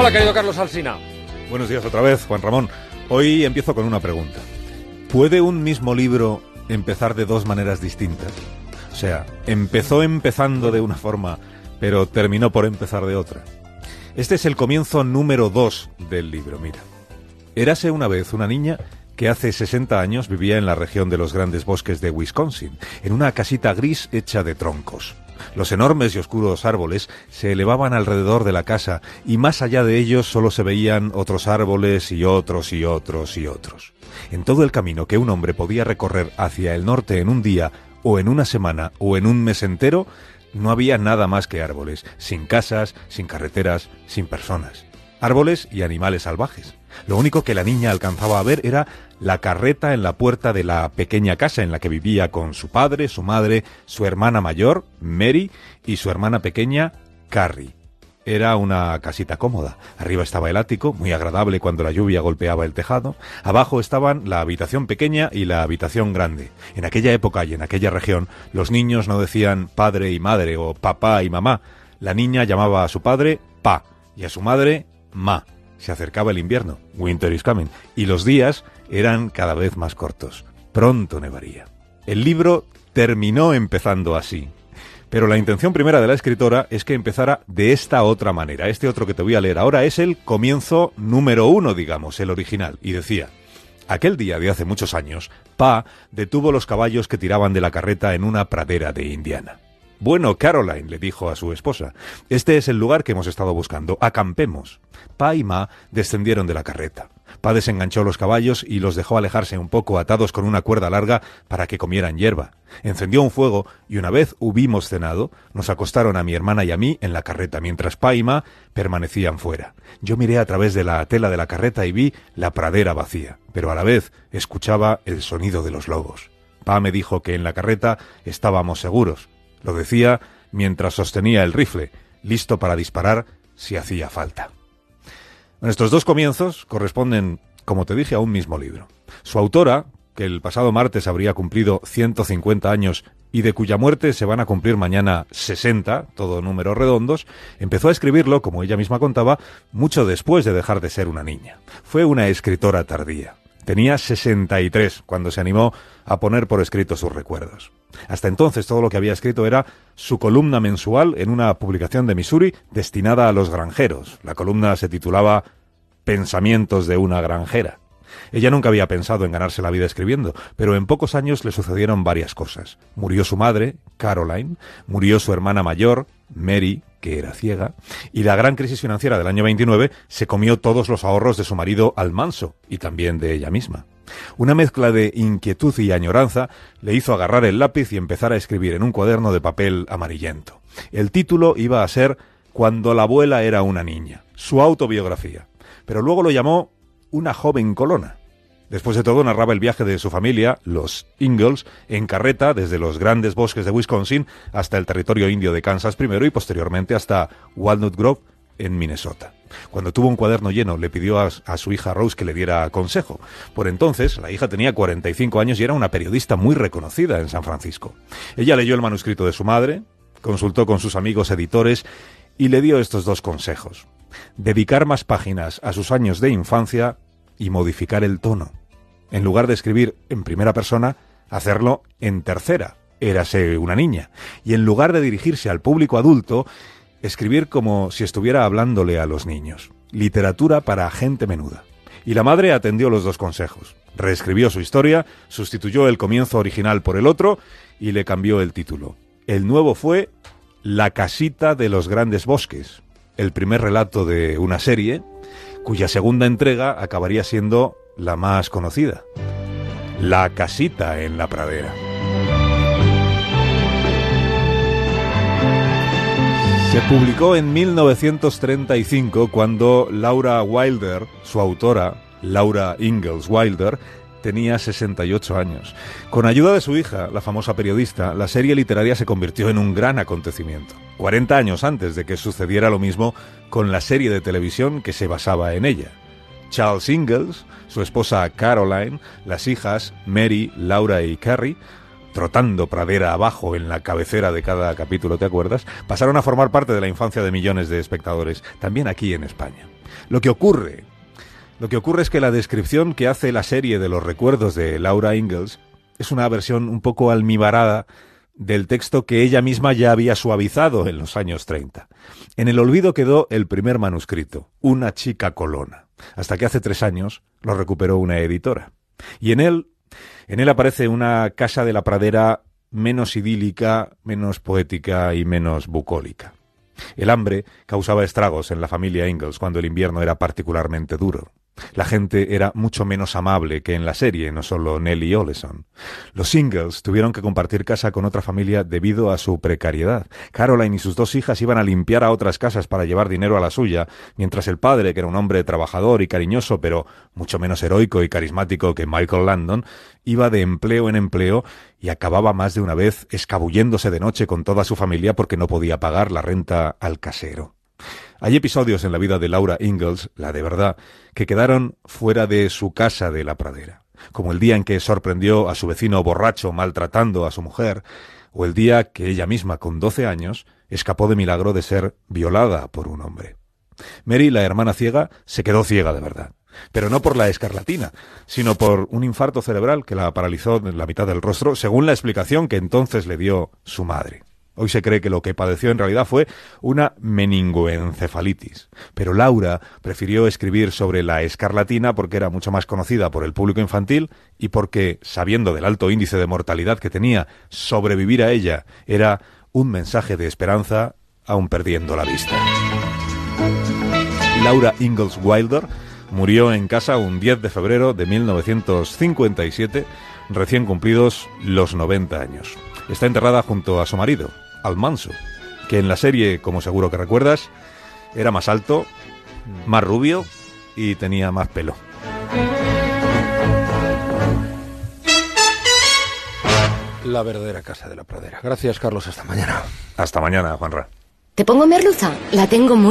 Hola, querido Carlos Alsina. Buenos días otra vez, Juan Ramón. Hoy empiezo con una pregunta. ¿Puede un mismo libro empezar de dos maneras distintas? O sea, empezando de una forma, pero terminó por empezar de otra. Este es el comienzo número 2 del libro, mira. Érase una vez una niña que hace 60 años vivía en la región de los grandes bosques de Wisconsin, en una casita gris hecha de troncos. Los enormes y oscuros árboles se elevaban alrededor de la casa y más allá de ellos solo se veían otros árboles y otros y otros y otros. En todo el camino que un hombre podía recorrer hacia el norte en un día, o en una semana, o en un mes entero, no había nada más que árboles, sin casas, sin carreteras, sin personas. Árboles y animales salvajes. Lo único que la niña alcanzaba a ver era la carreta en la puerta de la pequeña casa en la que vivía con su padre, su madre, su hermana mayor, Mary, y su hermana pequeña, Carrie. Era una casita cómoda. Arriba estaba el ático, muy agradable cuando la lluvia golpeaba el tejado. Abajo estaban la habitación pequeña y la habitación grande. En aquella época y en aquella región, los niños no decían padre y madre o papá y mamá. La niña llamaba a su padre pa y a su madre ma. Se acercaba el invierno, winter is coming, y los días eran cada vez más cortos. Pronto nevaría. El libro terminó empezando así. Pero la intención primera de la escritora es que empezara de esta otra manera. Este otro que te voy a leer ahora es el comienzo número 1, digamos, el original. Y decía: aquel día de hace muchos años, Pa detuvo los caballos que tiraban de la carreta en una pradera de Indiana. Bueno, Caroline, le dijo a su esposa, este es el lugar que hemos estado buscando. Acampemos. Pa y Ma descendieron de la carreta. Pa desenganchó los caballos y los dejó alejarse un poco atados con una cuerda larga para que comieran hierba. Encendió un fuego y una vez hubimos cenado, nos acostaron a mi hermana y a mí en la carreta, mientras Pa y Ma permanecían fuera. Yo miré a través de la tela de la carreta y vi la pradera vacía, pero a la vez escuchaba el sonido de los lobos. Pa me dijo que en la carreta estábamos seguros. Lo decía mientras sostenía el rifle, listo para disparar si hacía falta. Estos dos comienzos corresponden, como te dije, a un mismo libro. Su autora, que el pasado martes habría cumplido 150 años y de cuya muerte se van a cumplir mañana 60, todo números redondos, empezó a escribirlo, como ella misma contaba, mucho después de dejar de ser una niña. Fue una escritora tardía. Tenía 63 cuando se animó a poner por escrito sus recuerdos. Hasta entonces todo lo que había escrito era su columna mensual en una publicación de Missouri destinada a los granjeros. La columna se titulaba Pensamientos de una granjera. Ella nunca había pensado en ganarse la vida escribiendo, pero en pocos años le sucedieron varias cosas. Murió su madre, Caroline, murió su hermana mayor, Mary, que era ciega, y la gran crisis financiera del año 29 se comió todos los ahorros de su marido al manso, y también de ella misma. Una mezcla de inquietud y añoranza le hizo agarrar el lápiz y empezar a escribir en un cuaderno de papel amarillento. El título iba a ser Cuando la abuela era una niña, su autobiografía, pero luego lo llamó Una joven colona. Después de todo, narraba el viaje de su familia, los Ingalls, en carreta desde los grandes bosques de Wisconsin hasta el territorio indio de Kansas primero y posteriormente hasta Walnut Grove, en Minnesota. Cuando tuvo un cuaderno lleno, le pidió a su hija Rose que le diera consejo. Por entonces, la hija tenía 45 años y era una periodista muy reconocida en San Francisco. Ella leyó el manuscrito de su madre, consultó con sus amigos editores y le dio estos dos consejos: dedicar más páginas a sus años de infancia y modificar el tono. En lugar de escribir en primera persona, hacerlo en tercera, érase una niña. Y en lugar de dirigirse al público adulto, escribir como si estuviera hablándole a los niños. Literatura para gente menuda. Y la madre atendió los dos consejos. Reescribió su historia, sustituyó el comienzo original por el otro y le cambió el título. El nuevo fue La casita de los grandes bosques, el primer relato de una serie cuya segunda entrega acabaría siendo la más conocida, La casita en la pradera. Se publicó en 1935 cuando Laura Wilder, su autora, Laura Ingalls Wilder, tenía 68 años. Con ayuda de su hija, la famosa periodista, la serie literaria se convirtió en un gran acontecimiento. 40 años antes de que sucediera lo mismo con la serie de televisión que se basaba en ella. Charles Ingalls, su esposa Caroline, las hijas Mary, Laura y Carrie, trotando pradera abajo en la cabecera de cada capítulo, ¿te acuerdas?, pasaron a formar parte de la infancia de millones de espectadores, también aquí en España. Lo que ocurre es que la descripción que hace la serie de los recuerdos de Laura Ingalls es una versión un poco almibarada del texto que ella misma ya había suavizado en los años 30. En el olvido quedó el primer manuscrito, Una chica colona, hasta que hace 3 años lo recuperó una editora. Y en él aparece una casa de la pradera menos idílica, menos poética y menos bucólica. El hambre causaba estragos en la familia Ingalls cuando el invierno era particularmente duro. La gente era mucho menos amable que en la serie, no solo Nellie Oleson. Los Ingalls tuvieron que compartir casa con otra familia debido a su precariedad. Caroline y sus 2 hijas iban a limpiar a otras casas para llevar dinero a la suya, mientras el padre, que era un hombre trabajador y cariñoso, pero mucho menos heroico y carismático que Michael Landon, iba de empleo en empleo y acababa más de una vez escabulléndose de noche con toda su familia porque no podía pagar la renta al casero. Hay episodios en la vida de Laura Ingalls, la de verdad, que quedaron fuera de su casa de la pradera, como el día en que sorprendió a su vecino borracho maltratando a su mujer, o el día que ella misma, con 12 años, escapó de milagro de ser violada por un hombre. Mary, la hermana ciega, se quedó ciega de verdad, pero no por la escarlatina, sino por un infarto cerebral que la paralizó en la mitad del rostro, según la explicación que entonces le dio su madre. Hoy se cree que lo que padeció en realidad fue una meningoencefalitis. Pero Laura prefirió escribir sobre la escarlatina porque era mucho más conocida por el público infantil y porque, sabiendo del alto índice de mortalidad que tenía, sobrevivir a ella era un mensaje de esperanza aun perdiendo la vista. Laura Ingalls Wilder murió en casa un 10 de febrero de 1957, recién cumplidos los 90 años. Está enterrada junto a su marido, Almanzo, que en la serie, como seguro que recuerdas, era más alto, más rubio y tenía más pelo. La verdadera casa de la pradera. Gracias, Carlos. Hasta mañana. Hasta mañana, Juanra. ¿Te pongo merluza? La tengo muy